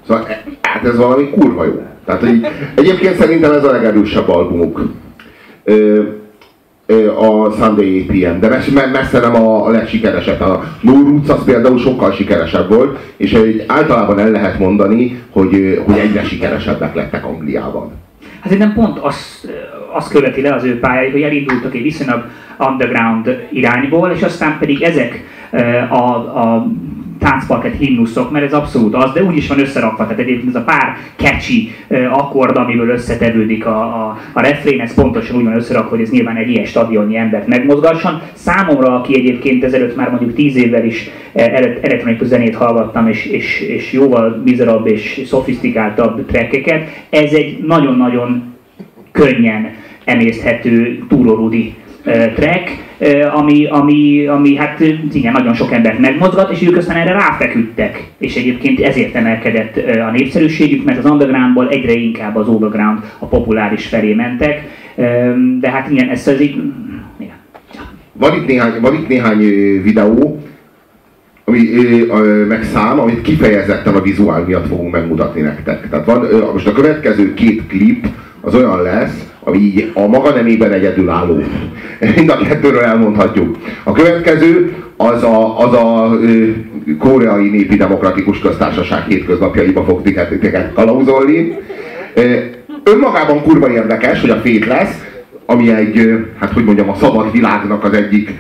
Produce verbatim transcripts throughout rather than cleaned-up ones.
Szóval hát ez valami kurva jó. Tehát, hogy egyébként szerintem ez a legerősebb albumuk. Ö, ö, a Sunday á pé em, de messze nem a legsikeresebb. A No Roots az például sokkal sikeresebb volt, és általában el lehet mondani, hogy, hogy egyre sikeresebbek lettek Angliában. Hát nem pont azt, azt követi le az ő pályájuk, hogy elindultak egy viszonylag underground irányból, és aztán pedig ezek a, a táncparkett himnuszok, mert ez abszolút az, de úgy is van összerakva, tehát egyébként ez a pár catchy akkord, amiből összetevődik a, a, a refrén, ez pontosan úgy van összerakva, hogy ez nyilván egy ilyen stadionnyi embert megmozgasson. Számomra, aki egyébként ezelőtt már mondjuk tíz évvel is elektronikus zenét hallgattam, és, és, és jóval bizarabb és szofisztikáltabb trackeket, ez egy nagyon-nagyon könnyen emészthető túrórudi track, ami, ami, ami hát igen, nagyon sok embert megmozgat, és ők aztán erre ráfeküdtek, és egyébként ezért emelkedett a népszerűségük, mert az undergroundból egyre inkább az overground, a populáris felé mentek, de hát igen, ez az így... Igen. Van itt néhány, van itt néhány videó, ami, meg szám, amit kifejezetten a vizuál miatt fogunk megmutatni nektek. Tehát van, most a következő két klip az olyan lesz, ami így a maga nemében egyedülálló. Mind a kettőről elmondhatjuk. A következő az a, az a Koreai Népi Demokratikus Köztársaság hétköznapjaiba fog titeket kalauzolni. Önmagában kurva érdekes, hogy a Faithless, ami egy, hát hogy mondjam, a szabad világnak az egyik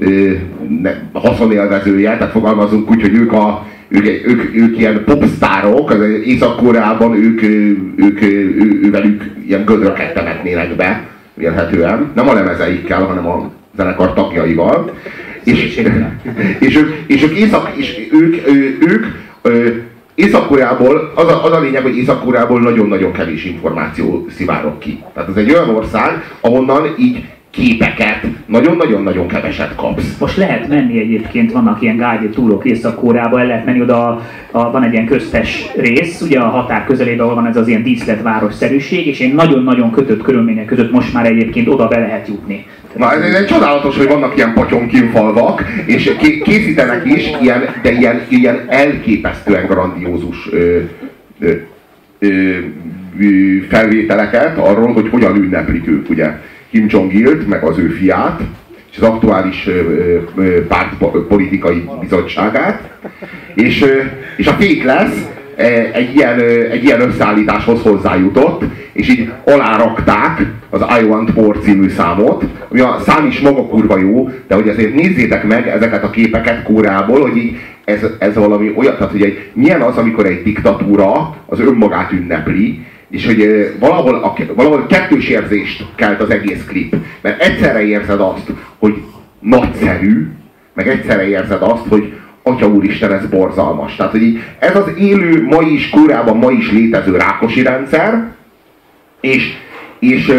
haszonélvezője, tehát fogalmazunk úgy, hogy ők, a, ők, ők, ők ilyen popstárok, Észak-Koreában ők, ők, ő, ővelük ilyen gödröket temetnének be, vélhetően, nem a lemezeikkel, hanem a zenekar tagjaival. És, és ők, és ők, Észak, és ők, ők, ők Észak-Koreából, az a, az a lényeg, hogy Észak-Koreából nagyon-nagyon kevés információ szivárog ki. Tehát ez egy olyan ország, ahonnan így képeket nagyon-nagyon-nagyon keveset kapsz. Most lehet menni egyébként, vannak ilyen guided túrok Észak-Koreába, el lehet menni oda, a, a, van egy ilyen köztes rész, ugye a határ közelében, ahol van ez az ilyen díszletvárosszerűség, és ilyen nagyon-nagyon kötött körülmények között most már egyébként oda be lehet jutni. Na, ez, ez egy csodálatos, hogy vannak ilyen potyomkinfalvak, és készítenek is ilyen, de ilyen, ilyen elképesztően grandiózus ö, ö, ö, ö, felvételeket arról, hogy hogyan ünneplik ők, ugye. Kim Jong-ilt, meg az ő fiát, és az aktuális pártpolitikai bizottságát, és, és a Faithless egy ilyen, egy ilyen összeállításhoz hozzájutott, és így alárakták az I Want More című számot, ami a szám is maga kurva jó, de hogy azért nézzétek meg ezeket a képeket Koreából, hogy így ez, ez valami olyan, tehát hogy egy, milyen az, amikor egy diktatúra az önmagát ünnepli, és hogy valahol, a, valahol kettős érzést kelt az egész klip. Mert egyszerre érzed azt, hogy nagyszerű, meg egyszerre érzed azt, hogy Atya úristen, ez borzalmas. Tehát, hogy így, ez az élő, ma is, Koreában ma is létező Rákosi rendszer, és, és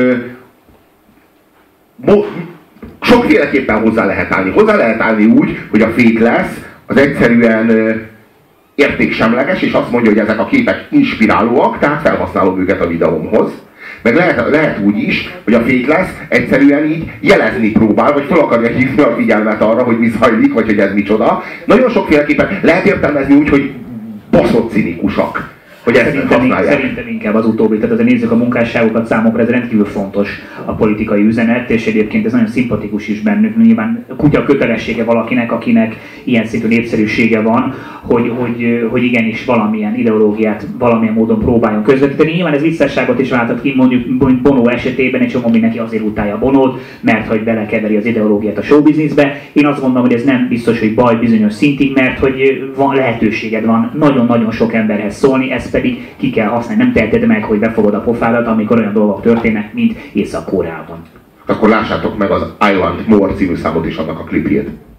bo, sokféleképpen hozzá lehet állni. Hozzá lehet állni úgy, hogy a Faithless az egyszerűen értéksemleges, és azt mondja, hogy ezek a képek inspirálóak, tehát felhasználom őket a videómhoz. Meg lehet, lehet úgy is, hogy a Faithless egyszerűen így jelezni próbál, vagy fel akarja hívni a figyelmet arra, hogy mi zajlik, vagy hogy ez micsoda. Nagyon sokféleképpen lehet értelmezni úgy, hogy baszott cinikusak. Hogy ezt szerintem, szerintem inkább az utóbbi, tehát azért nézzük a munkásságokat, számokra ez rendkívül fontos a politikai üzenet, és egyébként ez nagyon szimpatikus is bennük. Nyilván kutya kötelessége valakinek, akinek ilyen szintű népszerűsége van, hogy, hogy, hogy igenis valamilyen ideológiát valamilyen módon próbáljon közvetíteni. Nyilván ez visszásságot is váltott ki, mondjuk Bono esetében, egy csomó mindenki azért utálja Bonót, mert hogy belekeveri az ideológiát a showbizniszbe. Én azt gondolom, hogy ez nem biztos, hogy baj bizonyos szintig, mert hogy van lehetőséged van nagyon-nagyon sok emberhez szólni, ez pedig ki kell használni, nem teheted meg, hogy befogod a pofádat, amikor olyan dolgok történnek, mint Észak-Koreában. Akkor lássátok meg az I Want More című számot is, annak a klipjét.